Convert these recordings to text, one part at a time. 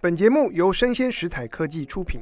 本节目由生鲜食材科技出品。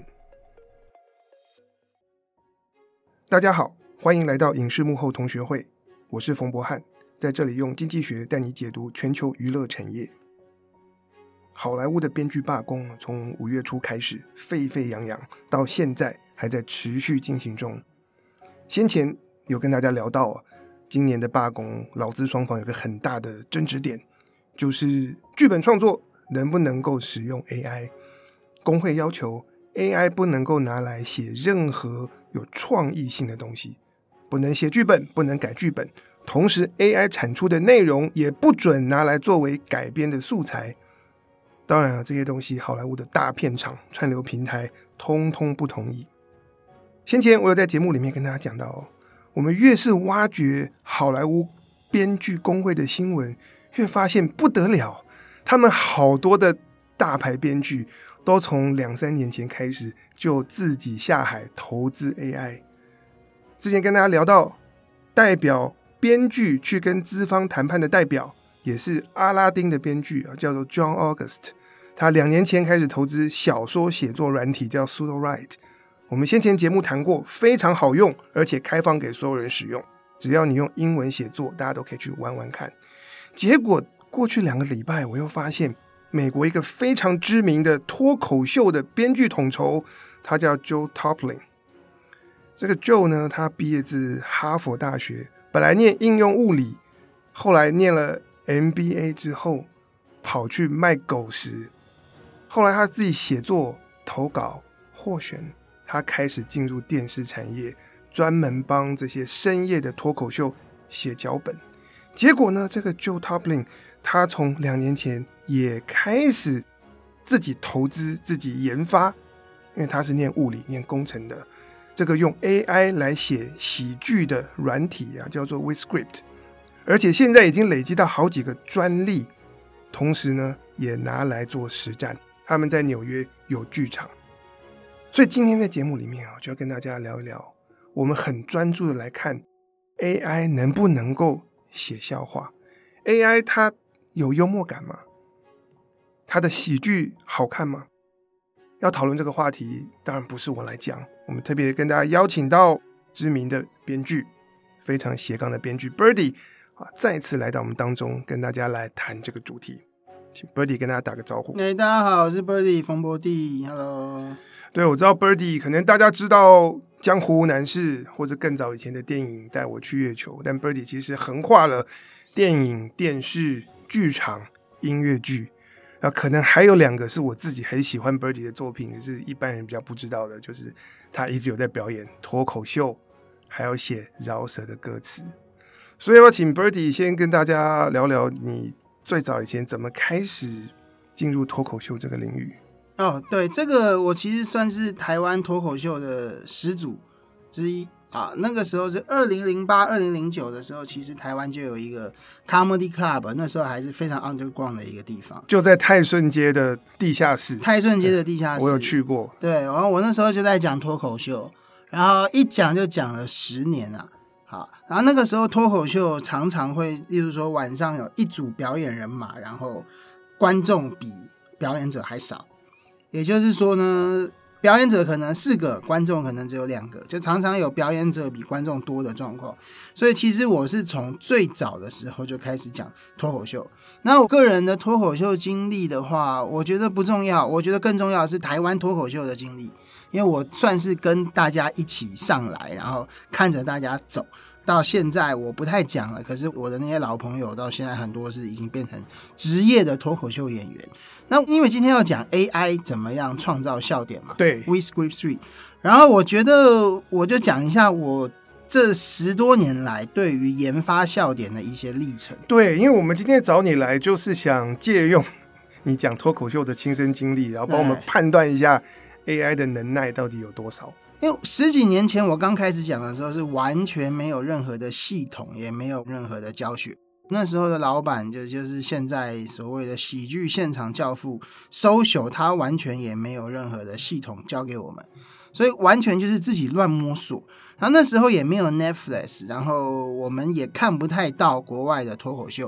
大家好，欢迎来到影视幕后同学会，我是冯博翰，在这里用经济学带你解读全球娱乐产业。好莱坞的编剧罢工从5月初开始沸沸扬扬，到现在还在持续进行中。先前有跟大家聊到今年的罢工，劳资双方有个很大的争执点，就是剧本创作能不能够使用 AI。 工会要求 AI 不能够拿来写任何有创意性的东西，不能写剧本，不能改剧本，同时 AI 产出的内容也不准拿来作为改编的素材。当然这些东西好莱坞的大片场、串流平台通通不同意。先前我有在节目里面跟大家讲到，我们越是挖掘好莱坞编剧工会的新闻，越发现不得了，他们好多的大牌编剧都从2-3年前开始就自己下海投资 AI。 之前跟大家聊到，代表编剧去跟资方谈判的代表也是阿拉丁的编剧叫做 John August， 他2年前开始投资小说写作软体叫 Sudowrite。 我们先前节目谈过，非常好用，而且开放给所有人使用，只要你用英文写作，大家都可以去玩玩看。结果过去2个礼拜，我又发现美国一个非常知名的脱口秀的编剧统筹，他叫 Joe Toplin。 这个 Joe 呢，他毕业自哈佛大学，本来念应用物理，后来念了 MBA 之后跑去卖狗食，后来他自己写作投稿获选，他开始进入电视产业，专门帮这些深夜的脱口秀写脚本。结果呢，这个 Joe Toplin 他从2年前也开始自己投资、自己研发，因为他是念物理、念工程的，这个用 AI 来写喜剧的软体叫做 WeScript， 而且现在已经累积到好几个专利，同时呢也拿来做实战，他们在纽约有剧场。所以今天在节目里面就要跟大家聊一聊，我们很专注的来看 AI 能不能够写笑话， AI 它有幽默感吗？它的喜剧好看吗？要讨论这个话题，当然不是我来讲，我们特别跟大家邀请到知名的编剧，非常斜杠的编剧 Birdy 再次来到我们当中，跟大家来谈这个主题。请 Birdy 跟大家打个招呼。 大家好，我是 Birdy 冯博弟。 Hello。 对，我知道 Birdy 可能大家知道江湖男士或者更早以前的电影带我去月球，但 Birdy 其实横跨了电影、电视、剧场、音乐剧，可能还有2个是我自己很喜欢 Birdy 的作品，也是一般人比较不知道的，就是他一直有在表演脱口秀，还有写饶舌的歌词。所以我请 Birdy 先跟大家聊聊你最早以前怎么开始进入脱口秀这个领域。 对，这个我其实算是台湾脱口秀的始祖之一那个时候是2008、2009的时候，其实台湾就有一个 Comedy Club， 那时候还是非常 underground 的一个地方， 就在泰顺街的地下室。 泰顺街的地下室， 我有去过。 对，然后我那时候就在讲脱口秀，然后一讲就讲了10年好，然后那个时候脱口秀常常会，例如说晚上有一组表演人马，然后观众比表演者还少，也就是说呢，表演者可能4个，观众可能只有2个，就常常有表演者比观众多的状况。所以其实我是从最早的时候就开始讲脱口秀。那我个人的脱口秀经历的话，我觉得不重要，我觉得更重要的是台湾脱口秀的经历，因为我算是跟大家一起上来，然后看着大家走。到现在我不太讲了，可是我的那些老朋友到现在很多是已经变成职业的脱口秀演员。那因为今天要讲 AI 怎么样创造笑点嘛， 对 WeScript 3， 然后我觉得我就讲一下我这10多年来对于研发笑点的一些历程。 对，因为我们今天找你来就是想借用你讲脱口秀的亲身经历，然后帮我们判断一下 AI 的能耐到底有多少。 因为10几年前我刚开始讲的时候是完全没有任何的系统，也没有任何的教学。那时候的老板就是现在所谓的喜剧现场教父 Social， 他完全也没有任何的系统教给我们，所以完全就是自己乱摸索。然后那时候也没有 Netflix， 然后我们也看不太到国外的脱口秀，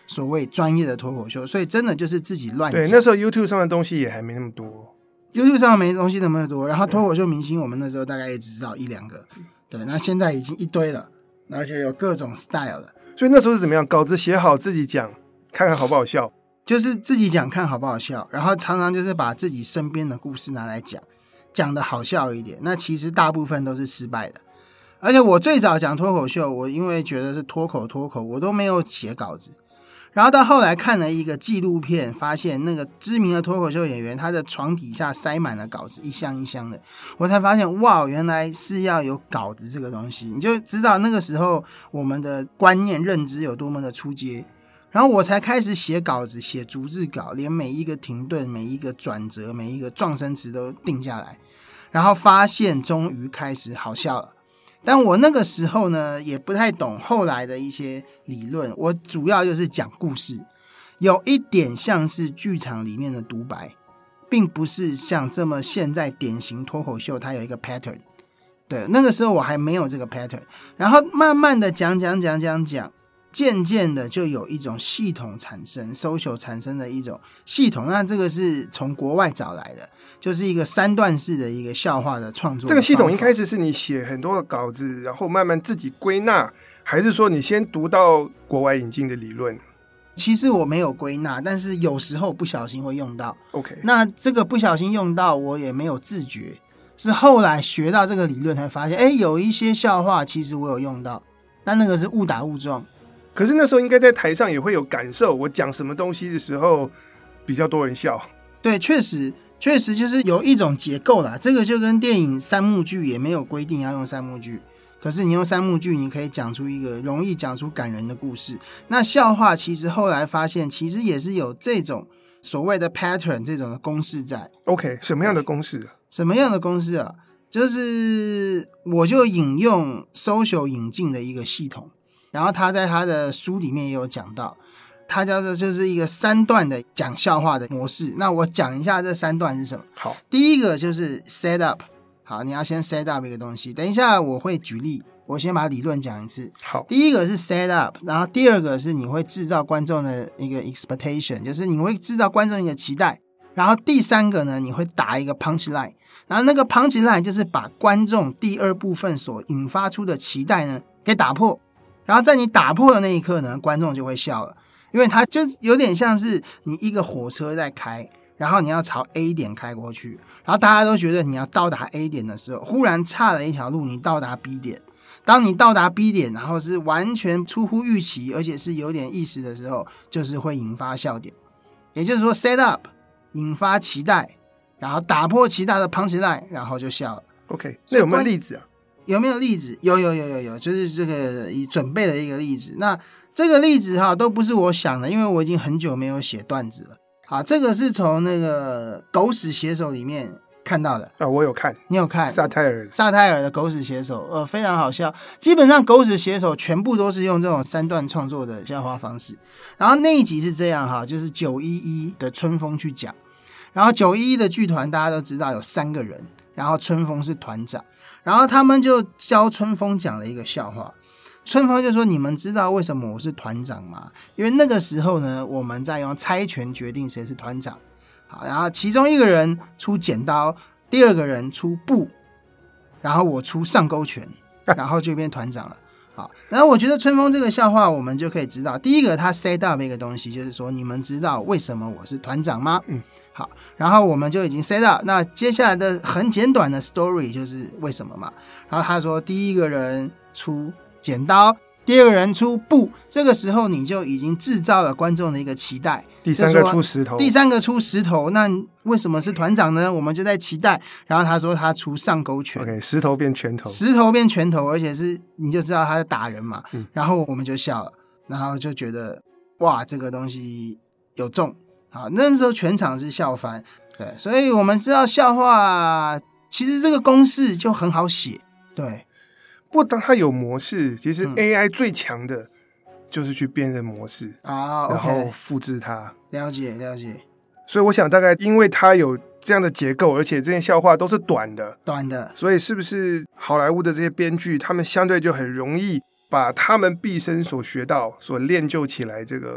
所谓专业的脱口秀，所以真的就是自己乱讲。 对，那时候 YouTube 上的东西也还没那么多。 YouTube 上没东西那么多，然后脱口秀明星我们那时候大概也只知道1-2个，对，那现在已经一堆了，而且有各种 style 了。 所以那时候是怎么样？稿子写好自己讲，看看好不好笑。 就是自己讲看好不好笑，然后常常就是把自己身边的故事拿来讲，讲的好笑一点。那其实大部分都是失败的。而且我最早讲脱口秀，我因为觉得是脱口，我都没有写稿子。然后到后来看了一个纪录片，发现那个知名的脱口秀演员，他的床底下塞满了稿子，一箱一箱的，我才发现哇，原来是要有稿子这个东西，你就知道那个时候我们的观念认知有多么的出街。然后我才开始写稿子，写逐字稿，连每一个停顿、每一个转折、每一个撞声词都定下来，然后发现终于开始好笑了。但我那个时候呢，也不太懂后来的一些理论，我主要就是讲故事，有一点像是剧场里面的独白，并不是像这么现在典型脱口秀它有一个 pattern。 对，那个时候我还没有这个 pattern， 然后慢慢的讲，渐渐的就有一种系统产生 social 产生的一种系统，那这个是从国外找来的，就是一个3段式的一个笑话的创作的。 这个系统一开始是你写很多的稿子，然后慢慢自己归纳，还是说你先读到国外引进的理论？ 其实我没有归纳，但是有时候不小心会用到。 OK， 那这个不小心用到我也没有自觉，是后来学到这个理论才发现有一些笑话其实我有用到，但那个是误打误撞。 可是那时候应该在台上也会有感受，我讲什么东西的时候比较多人笑。 对，确实就是有一种结构啦，这个就跟电影3幕剧也没有规定要用3幕剧，可是你用3幕剧你可以讲出一个容易讲出感人的故事。那笑话其实后来发现其实也是有这种所谓的 pattern 这种的公式在。 OK， 什么样的公式？ 什么样的公式啊？就是我就引用 social 引进的一个系统，然后他在他的书里面也有讲到，他叫做就是一个3段的讲笑话的模式。那我讲一下这3段是什么。 好， 第一个就是 set up， 好，你要先 set up 一个东西，等一下我会举例，我先把理论讲一次。 好， 第一个是 set up， 然后第二个是你会制造观众的一个 expectation， 就是你会制造观众一个期待，然后第3个呢，你会打一个 punch line， 然后那个 punch line 就是把观众第2部分所引发出的期待呢给打破，然后在你打破的那一刻呢，观众就会笑了，因为它就有点像是你一个火车在开，然后你要朝 A 点开过去，然后大家都觉得你要到达 A 点的时候，忽然岔了一条路，你到达 B 点。当你到达 B 点，然后是完全出乎预期，而且是有点意思的时候，就是会引发笑点。也就是说 set up 引发期待，然后打破期待的 punch line， 然后就笑了。 OK， 那有没有例子啊？ 有没有例子？有，就是这个准备了一个例子。那这个例子都不是我想的，因为我已经很久没有写段子了。好，这个是从那个狗屎写手里面看到的。 我有看。 你有看？ 萨泰尔的狗屎写手，非常好笑。基本上狗屎写手全部都是用这种3段创作的笑话方式。然后那一集是这样就是911的春风去讲。然后911的剧团大家都知道有3个人，然后春风是团长，然后他们就教春风讲了一个笑话。春风就说：“你们知道为什么我是团长吗？因为那个时候呢，我们在用猜拳决定谁是团长。好，然后其中一个人出剪刀，第2个人出布，然后我出上勾拳，然后就变团长了。好，然后我觉得春风这个笑话，我们就可以知道，第一个他 set up 一个东西，就是说你们知道为什么我是团长吗？好，然后我们就已经 set up， 那接下来的很简短的 story 就是为什么嘛。然后他说第一个人出剪刀，第2个人出布，这个时候你就已经制造了观众的一个期待。 第3个出石头， 第3个出石头，那为什么是团长呢？我们就在期待。然后他说他出上勾拳 ，OK， 石头变拳头， 石头变拳头，而且是你就知道他在打人嘛。然后我们就笑了，然后就觉得哇，这个东西有中。好，那时候全场是笑翻。对，所以我们知道笑话其实这个公式就很好写。对， 不过当它有模式，其实 AI 最强的就是去辨认模式然后复制它。 了解。 所以我想大概因为它有这样的结构，而且这些笑话都是短的，所以是不是好莱坞的这些编剧他们相对就很容易把他们毕生所学到所练就起来这个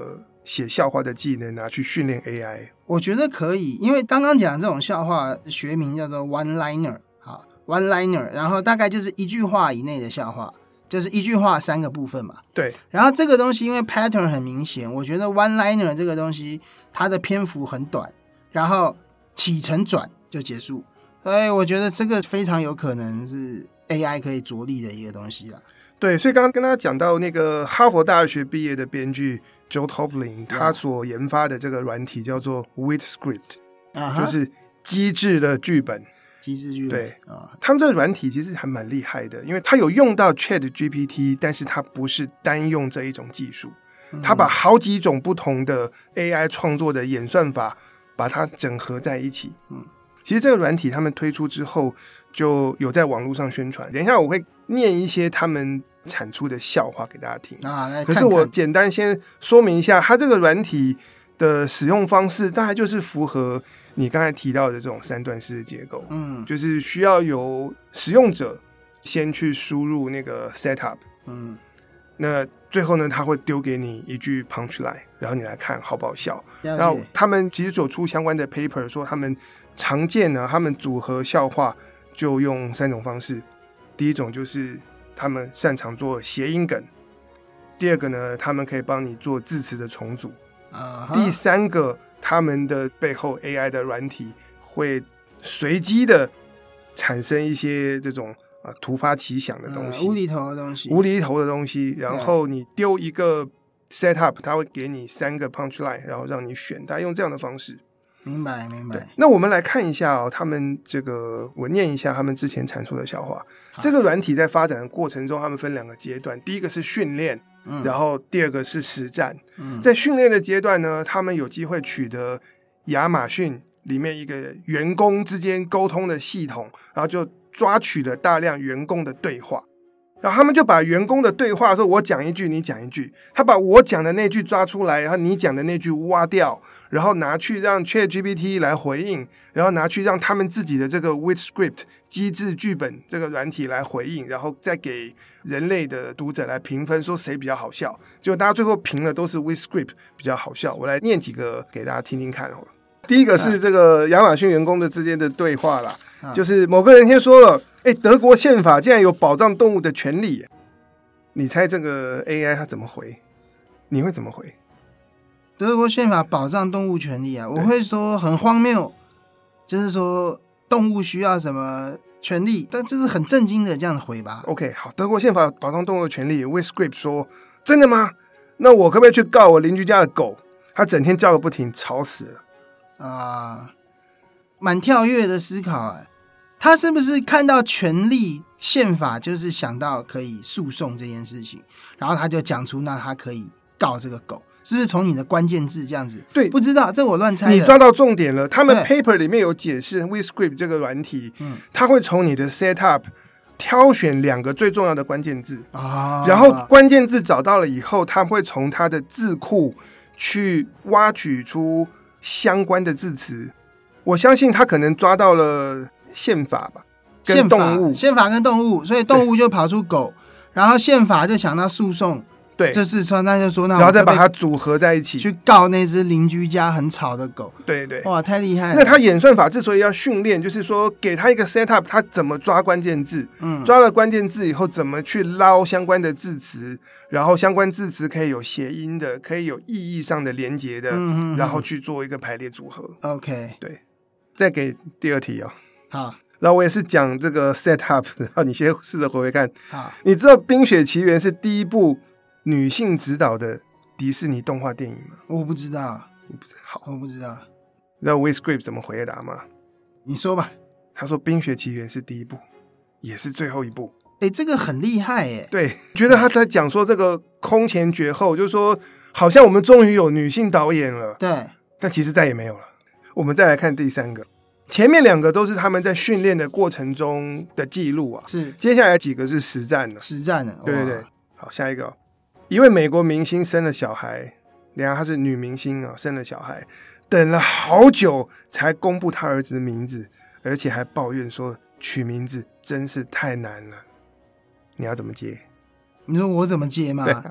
写笑话的技能拿去训练 AI？ 我觉得可以，因为刚刚讲的这种笑话学名叫做 one liner， 好 one liner， 然后大概就是一句话以内的笑话，就是一句话3个部分嘛。 对， 然后这个东西因为 pattern 很明显，我觉得 one liner 这个东西它的篇幅很短，然后起承转就结束，所以我觉得这个非常有可能是 AI 可以着力的一个东西啦。 对，所以刚刚跟大家讲到那个哈佛大学毕业的编剧 Joe Toplin， 他所研发的这个软体叫做 WitScript，就是机智的剧本。 机智剧本， 对，他们这个软体其实还蛮厉害的，因为它有用到 ChatGPT， 但是它不是单用这一种技术，它把好几种不同的 AI 创作的演算法把它整合在一起。其实这个软体他们推出之后就有在网络上宣传，等一下我会念一些他们产出的笑话给大家听啊。来看看， 可是我简单先说明一下，它这个软体的使用方式大概就是符合你刚才提到的这种3段式的结构，就是需要有使用者先去输入那个 setup，那最后呢，他会丢给你一句 punchline， 然后你来看好不好笑。然后他们其实有出相关的 paper 说，他们常见呢，他们组合笑话就用3种方式。第一种就是他们擅长做谐音梗，第二个呢，他们可以帮你做字词的重组，第3个，他们的背后 AI 的软体会随机的产生一些这种突发奇想的东西， 无厘头的东西， 然后你丢一个 setup， 它会给你3个 punchline， 然后让你选，大家用这样的方式。 明白。 那我们来看一下他们这个，我念一下他们之前产出的笑话。这个软体在发展的过程中，他们分2个阶段，第一个是训练，然后第2个是实战。在训练的阶段呢，他们有机会取得亚马逊里面一个员工之间沟通的系统，然后就抓取了大量员工的对话，然后他们就把员工的对话的时候，我讲一句你讲一句，他把我讲的那句抓出来，然后你讲的那句挖掉，然后拿去让 ChatGPT 来回应，然后拿去让他们自己的这个 WitScript 机智剧本这个软体来回应，然后再给人类的读者来评分，说谁比较好笑。结果大家最后评的都是 WitScript 比较好笑。我来念几个给大家听听看。第一个是这个亚马逊员工的之间的对话啦，就是某个人先说了，德国宪法竟然有保障动物的权利，你猜这个 AI 它怎么回？你会怎么回？ 德国宪法保障动物权利啊，我会说很荒谬，就是说动物需要什么权利，但就是很震惊的这样回吧。 OK， 好，德国宪法保障动物的权利 ，WitScript 说真的吗？那我可不可以去告我邻居家的狗？它整天叫个不停，吵死了。 蛮跳跃的思考他是不是看到权利宪法就是想到可以诉讼这件事情，然后他就讲出那他可以告这个狗，是不是从你的关键字这样子？ 对， 不知道，这我乱猜的。 你抓到重点了，他们 paper 里面有解释 WitScript 这个软体，它会从你的 setup 挑选2个最重要的关键字，然后关键字找到了以后，它会从它的字库去挖取出相关的字词。我相信他可能抓到了宪法吧，跟动物， 宪法跟动物，所以动物就跑出狗，然后宪法就想到诉讼， 对， 这是说那就说那然后再把它组合在一起， 去告那只邻居家很吵的狗。 对对， 哇，太厉害了！ 那他演算法之所以要训练，就是说给他一个 setup， 他怎么抓关键字，抓了关键字以后，怎么去捞相关的字词，然后相关字词可以有谐音的，可以有意义上的连结的，然后去做一个排列组合。 OK， 对，再给第2题好。 然后我也是讲这个 setup， 然后你先试着回看。 好， 你知道《冰雪奇缘》是第一部女性执导的迪士尼动画电影吗？ 我不知道。 好， 我不知道。 你知道 WitScript 怎么回答吗？ 你说吧。 他说《冰雪奇缘》是第一部，也是最后一部。 这个很厉害耶。 对，觉得他在讲说这个空前绝后，就是说好像我们终于有女性导演了。 对， 但其实再也没有了。我们再来看第3个。前面2个都是他们在训练的过程中的记录是接下来几个是实战的。对对对。好，下一个，一位美国明星生了小孩，等一下她是女明星生了小孩，等了好久才公布她儿子的名字，而且还抱怨说取名字真是太难了。你要怎么接？ 你说我怎么接吗？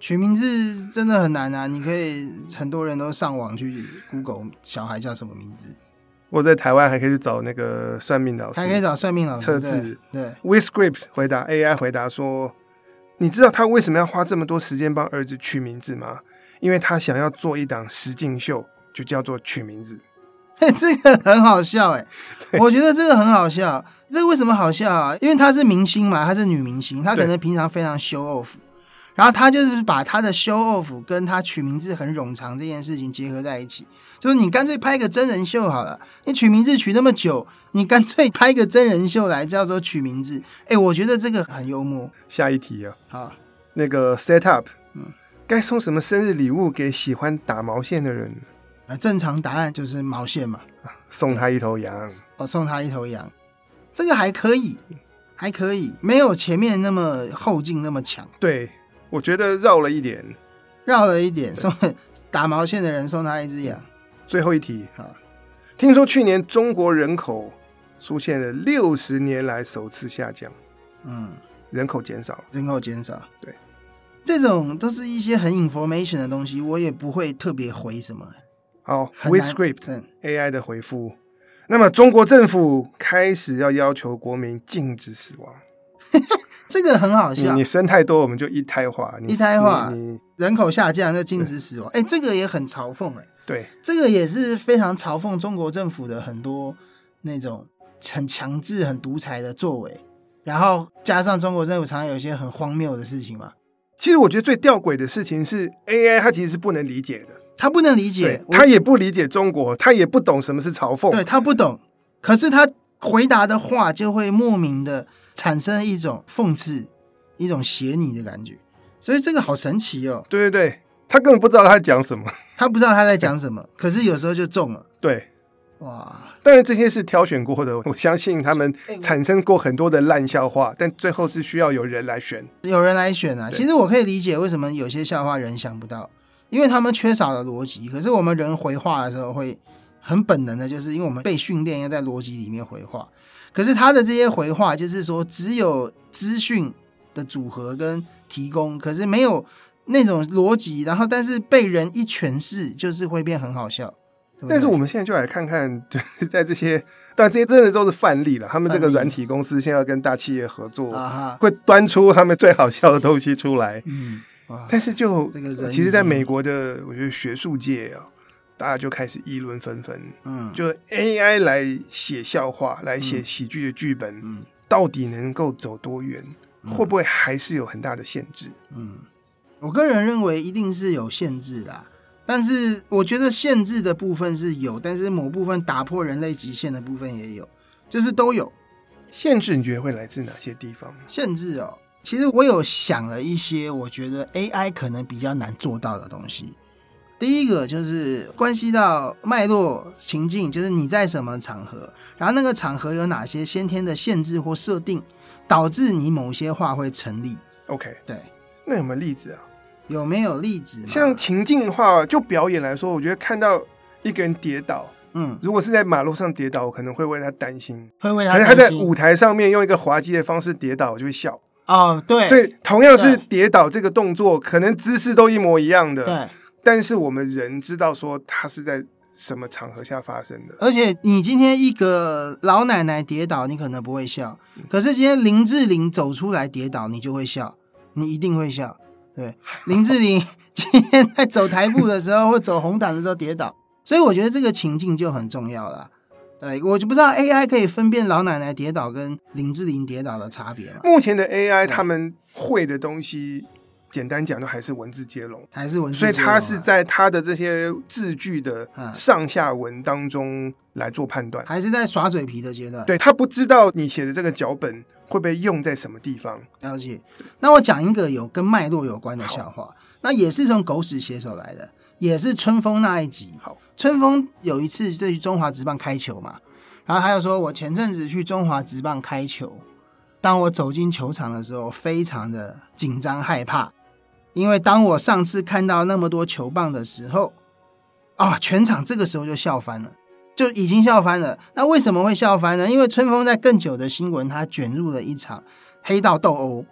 取名字真的很难啊！你可以很多人都上网去 Google 小孩叫什么名字。 我在台湾还可以去找那个算命老师， 还可以找算命老师测字。 对 ，WeScript 回答 AI 回答说：“你知道他为什么要花这么多时间帮儿子取名字吗？因为他想要做一档实境秀，就叫做取名字。” 这个很好笑我觉得这个很好笑。这个为什么好笑啊？因为她是明星嘛，她是女明星，她可能平常非常 show off。然后他就是把他的 show off 跟他取名字很冗长这件事情结合在一起，就是你干脆拍个真人秀好了，你取名字取那么久，你干脆拍个真人秀来叫做取名字。我觉得这个很幽默。 下一题啊， 好， 那个 set up，该送什么生日礼物给喜欢打毛线的人？ 正常答案就是毛线嘛， 送他一头羊。 送他一头羊，这个还可以，还可以，没有前面那么后劲那么强。 对。我觉得绕了一点， 送打毛线的人送他一只羊。 最后一题，听说去年中国人口出现了60年来首次下降，人口减少， 对，这种都是一些很 information 的东西，我也不会特别回什么。 好 ，WeScript AI 的回复。那么中国政府开始要求国民禁止死亡。 这个很好笑， 你生太多我们就一胎化， 你人口下降就禁止死亡。这个也很嘲讽对， 这个也是非常嘲讽中国政府的很多那种很强制、很独裁的作为，然后加上中国政府常常有一些很荒谬的事情嘛。 其实我觉得最吊诡的事情是 AI 它其实是不能理解的， 它不能理解， 它也不理解中国，它也不懂什么是嘲讽， 对，它不懂，可是它回答的话就会莫名的产生一种讽刺，一种写你的感觉，所以这个好神奇哦。对对对，他根本不知道他在讲什么， 他不知道他在讲什么，可是有时候就中了。 对， 哇！ 当然这些是挑选过的，我相信他们产生过很多的烂笑话，但最后是需要有人来选， 啊。其实我可以理解为什么有些笑话人想不到，因为他们缺少了逻辑。可是我们人回话的时候会很本能的，就是因为我们被训练要在逻辑里面回话。可是他的这些回话就是说只有资讯的组合跟提供，可是没有那种逻辑，然后但是被人一诠释就是会变很好笑，对不对？ 但是我们现在就来看看，就是在这些，但这些真的都是范例了。他们这个软体公司现在要跟大企业合作，会端出他们最好笑的东西出来。但是就这个其实在美国的我觉得学术界大家就开始议论纷纷，就 AI 来写笑话，来写喜剧的剧本，到底能够走多远，会不会还是有很大的限制？ 我个人认为一定是有限制啦，但是我觉得限制的部分是有，但是某部分打破人类极限的部分也有，就是都有。 限制你觉得会来自哪些地方？ 限制其实我有想了一些我觉得 AI 可能比较难做到的东西。第一个就是关系到脉络情境，就是你在什么场合，然后那个场合有哪些先天的限制或设定，导致你某些话会成立。 OK， 对， 那有没有例子有没有例子？ 像情境化，就表演来说，我觉得看到一个人跌倒，如果是在马路上跌倒，我可能会为他担心， 会为他担心。 可是他在舞台上面用一个滑稽的方式跌倒，我就会笑。 对， 所以同样是跌倒这个动作，可能姿势都一模一样的， 对。 但是我们人知道说它是在什么场合下发生的。 而且你今天一个老奶奶跌倒，你可能不会笑，可是今天林志玲走出来跌倒，你就会笑，你一定会笑。对，林志玲今天在走台步的时候或走红毯的时候跌倒，所以我觉得这个情境就很重要了。对，我就不知道 AI 可以分辨老奶奶跌倒跟林志玲跌倒的差别吗？ 目前的 AI 他们会的东西，简单讲都还是文字接龙，所以它是在它的这些字句的上下文当中来做判断， 还是在耍嘴皮的阶段。 对，他不知道你写的这个脚本会被用在什么地方。 了解。那我讲一个有跟脉络有关的笑话，那也是从狗屎写手来的，也是春风那一集。 好， 春风有一次对中华职棒开球嘛，然后他就说，我前阵子去中华职棒开球，当我走进球场的时候非常的紧张害怕，因为当我上次看到那么多球棒的时候全场这个时候就笑翻了，就已经笑翻了。那为什么会笑翻呢？因为春风在更久的新闻他卷入了一场黑道斗殴，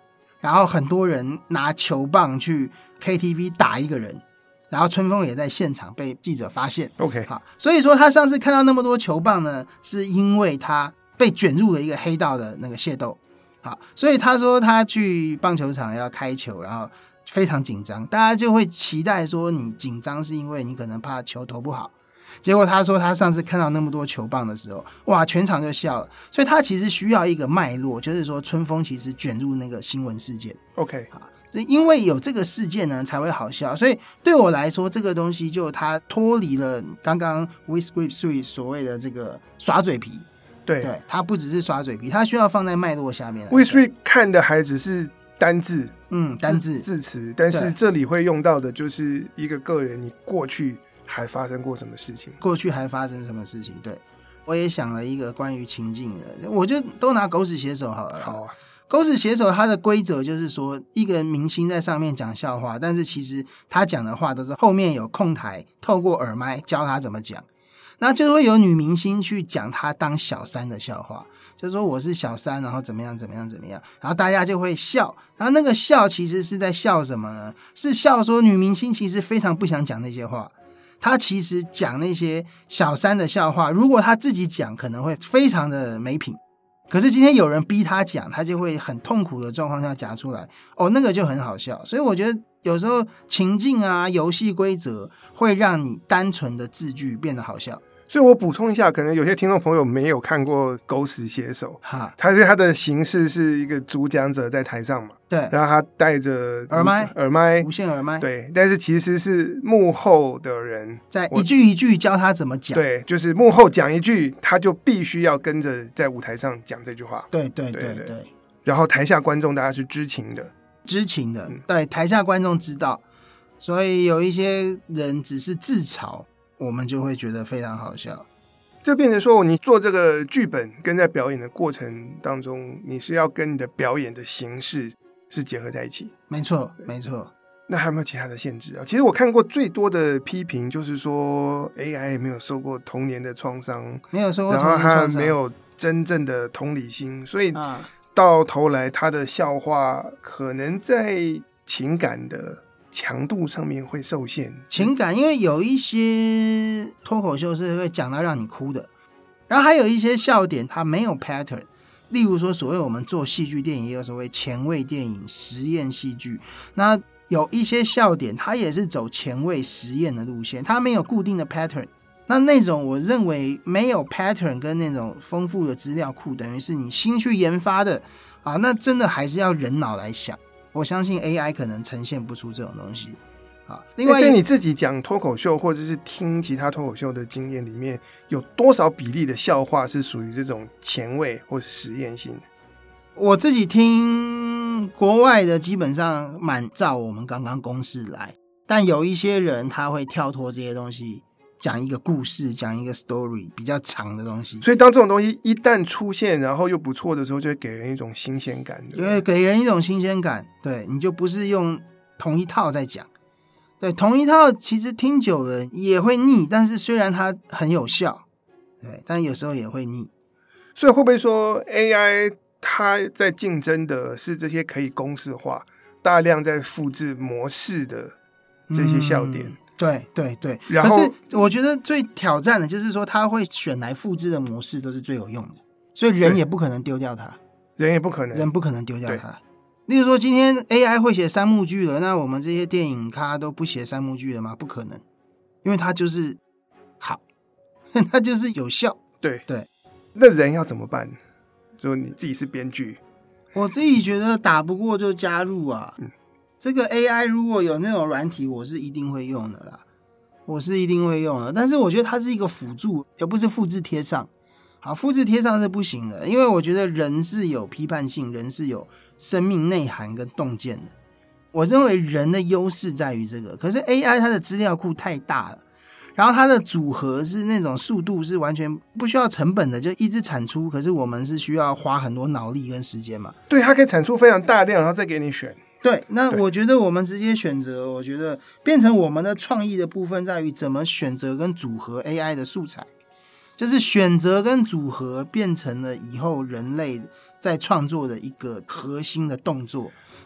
然后很多人拿球棒去 KTV 打一个人，然后春风也在现场被记者发现。 OK， 好，所以说他上次看到那么多球棒呢，是因为他被卷入了一个黑道的那个械斗。好，所以他说他去棒球场要开球，然后非常紧张，大家就会期待说你紧张是因为你可能怕球投不好。结果他说他上次看到那么多球棒的时候，哇，全场就笑了。所以他其实需要一个脉络，就是说春风其实卷入那个新闻事件。 OK， 好，因为有这个事件呢才会好笑，所以对我来说这个东西就它脱离了刚刚 WeScript3 所谓的这个耍嘴皮。对，它不只是耍嘴皮，它需要放在脉络下面。 WeScript 看的还只是单字， 单字字词，但是这里会用到的就是一个个人，你过去还发生过什么事情？ 过去还发生什么事情？对，我也想了一个关于情境的，我就都拿狗屎写手好了。 好啊， 狗屎写手它的规则就是说，一个明星在上面讲笑话，但是其实他讲的话都是后面有控台透过耳麦教他怎么讲。那就会有女明星去讲她当小三的笑话，就说我是小三，然后怎么样怎么样怎么样，然后大家就会笑，然后那个笑其实是在笑什么呢？是笑说女明星其实非常不想讲那些话，她其实讲那些小三的笑话，如果她自己讲可能会非常的没品，可是今天有人逼她讲，她就会很痛苦的状况下讲出来，那个就很好笑。所以我觉得有时候情境啊、游戏规则会让你单纯的字句变得好笑。 所以我补充一下，可能有些听众朋友没有看过狗屎写手，他的形式是一个主讲者在台上嘛， 对， 然后他戴着耳麦，无线耳麦， 对，但是其实是幕后的人在一句一句教他怎么讲， 对，就是幕后讲一句，他就必须要跟着在舞台上讲这句话， 对， 然后台下观众大家是知情的， 对，台下观众知道，所以有一些人只是自嘲，我们就会觉得非常好笑， 就变成说你做这个剧本跟在表演的过程当中，你是要跟你的表演的形式是结合在一起。 没错。 那还有没有其他的限制啊？其实我看过最多的批评就是说 AI 没有受过童年的创伤， 然后他没有真正的同理心，所以到头来他的笑话可能在情感的强度上面会受限。 情感，因为有一些脱口秀是会讲到让你哭的，然后还有一些笑点它没有 pattern， 例如说所谓我们做戏剧电影也有所谓前卫电影、实验戏剧，那有一些笑点它也是走前卫实验的路线，它没有固定的 pattern， 那种我认为没有 pattern 跟那种丰富的资料库，等于是你新去研发的啊，那真的还是要人脑来想，我相信 AI 可能呈现不出这种东西啊。另外， 在你自己讲脱口秀或者是听其他脱口秀的经验里面，有多少比例的笑话是属于这种前卫或实验性的？ 我自己听国外的基本上蛮照我们刚刚公式来，但有一些人他会跳脱这些东西，讲一个故事，讲一个 story 比较长的东西。 所以当这种东西一旦出现然后又不错的时候，就会给人一种新鲜感， 就会给人一种新鲜感。对，你就不是用同一套在讲，对，同一套其实听久了也会腻，但是虽然它很有效，对，但有时候也会腻。 所以会不会说 AI 它在竞争的是这些可以公式化、大量在复制模式的这些笑点？ 对， 然后可是我觉得最挑战的就是说，他会选来复制的模式都是最有用的，所以人也不可能丢掉它， 人不可能丢掉它。例如说，今天 AI 会写三幕剧了，那我们这些电影咖都不写三幕剧了吗？不可能，因为它就是好，它就是有效。 对，那人要怎么办？就你自己是编剧， 我自己觉得打不过就加入啊。这个 AI 如果有那种软体，我是一定会用的啦，但是我觉得它是一个辅助，而不是复制贴上。好，复制贴上是不行的，因为我觉得人是有批判性，人是有生命内涵跟洞见的。我认为人的优势在于这个，可是 AI 它的资料库太大了，然后它的组合是那种速度是完全不需要成本的，就一直产出，可是我们是需要花很多脑力跟时间嘛。 对，它可以产出非常大量，然后再给你选。 对，那我觉得我们直接选择，我觉得变成我们的创意的部分在于怎么选择跟组合 AI 的素材，就是选择跟组合变成了以后人类在创作的一个核心的动作。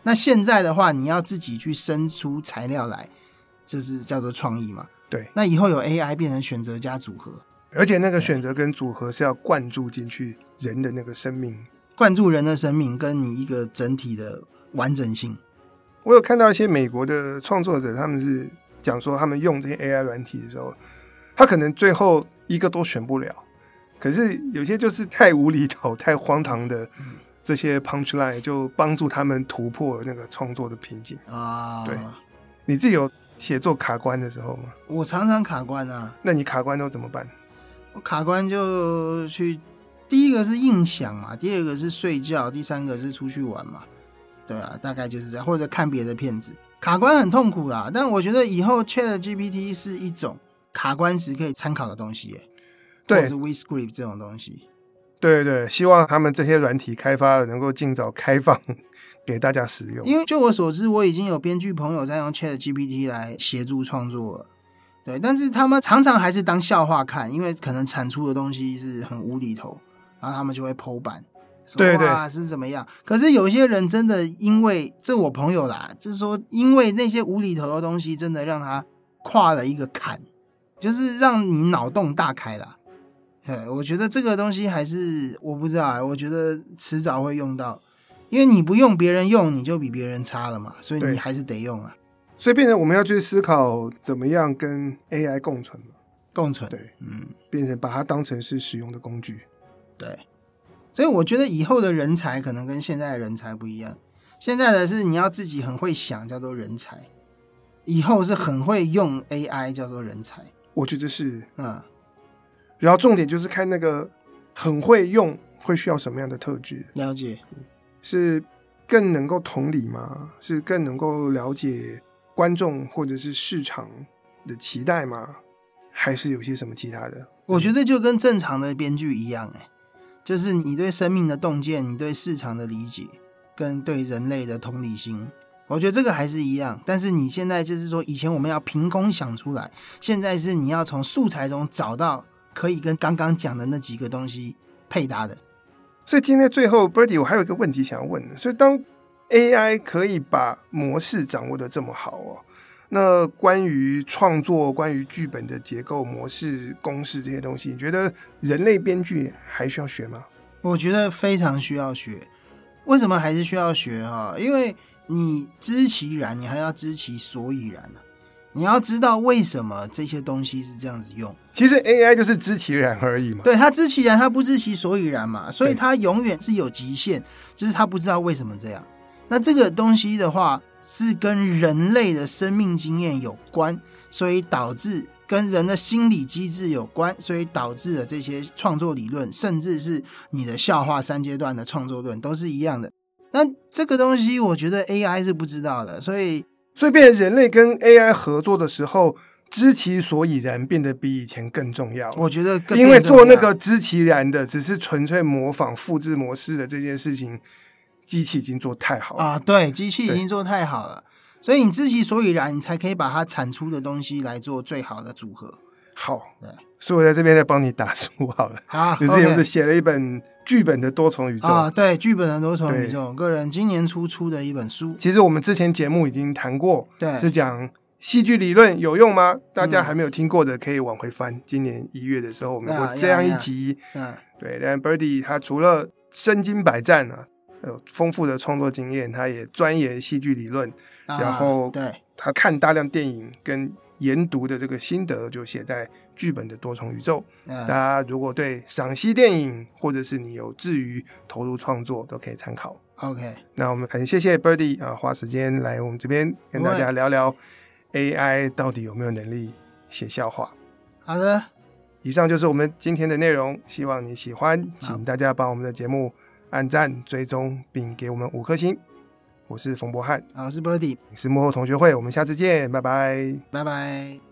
那现在的话，你要自己去生出材料来，这是叫做创意嘛？ 对。 那以后有 AI 变成选择加组合， 而且那个选择跟组合是要灌注进去人的那个生命， 灌注人的生命跟你一个整体的完整性。 我有看到一些美国的创作者，他们是讲说他们用这些 AI 软体的时候，他可能最后一个都选不了，可是有些就是太无厘头太荒唐的这些 punchline 就帮助他们突破那个创作的瓶颈啊。对，你自己有写作卡关的时候吗？ 我常常卡关啊。 那你卡关都怎么办？ 我卡关就去，第一个是硬想嘛，第二个是睡觉，第三个是出去玩嘛。对啊，大概就是这样，或者看别的片子。卡关很痛苦啦，但我觉得以后 ChatGPT 是一种卡关时可以参考的东西耶， 对， 或者是 WeScript 这种东西。 对对，希望他们这些软体开发了能够尽早开放给大家使用。 因为就我所知，我已经有编剧朋友在用 ChatGPT 来协助创作了。对，但是他们常常还是当笑话看，因为可能产出的东西是很无厘头，然后他们就会po版。 对对， 是怎么样？可是有些人真的因为这我朋友啦，就是说因为那些无厘头的东西，真的让他跨了一个坎，就是让你脑洞大开啦。我觉得这个东西还是我不知道，我觉得迟早会用到，因为你不用别人用，你就比别人差了嘛，所以你还是得用啊。 所以变成我们要去思考怎么样跟 AI 共存嘛。 共存， 对，变成把它当成是使用的工具。 对。所以我觉得以后的人才可能跟现在的人才不一样，现在的是你要自己很会想叫做人才，以后是很会用 AI 叫做人才。 我觉得是，然后重点就是看那个很会用会需要什么样的特质。 了解， 是更能够同理吗？是更能够了解观众或者是市场的期待吗？还是有些什么其他的？ 我觉得就跟正常的编剧一样，就是你对生命的洞见，你对市场的理解，跟对人类的同理心，我觉得这个还是一样。但是你现在就是说，以前我们要凭空想出来，现在是你要从素材中找到可以跟刚刚讲的那几个东西配搭的。 所以今天最后 Birdy 我还有一个问题想要问，所以当 AI 可以把模式掌握得这么好那关于创作关于剧本的结构模式公式这些东西，你觉得人类编剧还需要学吗？ 我觉得非常需要学。为什么还是需要学因为你知其然，你还要知其所以然你要知道为什么这些东西是这样子用。 其实 AI 就是知其然而已嘛。 对，它知其然，它不知其所以然嘛，所以它永远是有极限，就是它不知道为什么这样。那这个东西的话是跟人类的生命经验有关，所以导致跟人的心理机制有关，所以导致了这些创作理论，甚至是你的笑话3阶段的创作论都是一样的。那这个东西我觉得 AI 是不知道的，所以变成人类跟 AI 合作的时候，知其所以然变得比以前更重要。 我觉得更因为做那个知其然的只是纯粹模仿复制模式的这件事情，机器已经做太好了对，机器已经做太好了，所以你知其所以然，你才可以把它产出的东西来做最好的组合。 好，对，所以我在这边再帮你打书好了。 好， 你之前不是写了一本剧本的多重宇宙对，剧本的多重宇宙，个人今年出的一本书。 其实我们之前节目已经谈过， 对， 是讲戏剧理论有用吗？大家还没有听过的可以往回翻。今年1月的时候，我们有这样一集。对，但 Birdy 他除了身经百战有丰富的创作经验，他也钻研戏剧理论，然后他看大量电影跟研读的这个心得就写在剧本的多重宇宙。大家如果对赏析电影，或者是你有志于投入创作，都可以参考。 OK， 那我们很谢谢 Birdy 花时间来我们这边跟大家聊聊 AI 到底有没有能力写笑话。 好的， 以上就是我们今天的内容，希望你喜欢，请大家帮我们的节目按赞追踪并给我们5颗星。我是冯博翰， 我是 Birdy， 是幕后同学会，我们下次见，拜拜， 拜拜。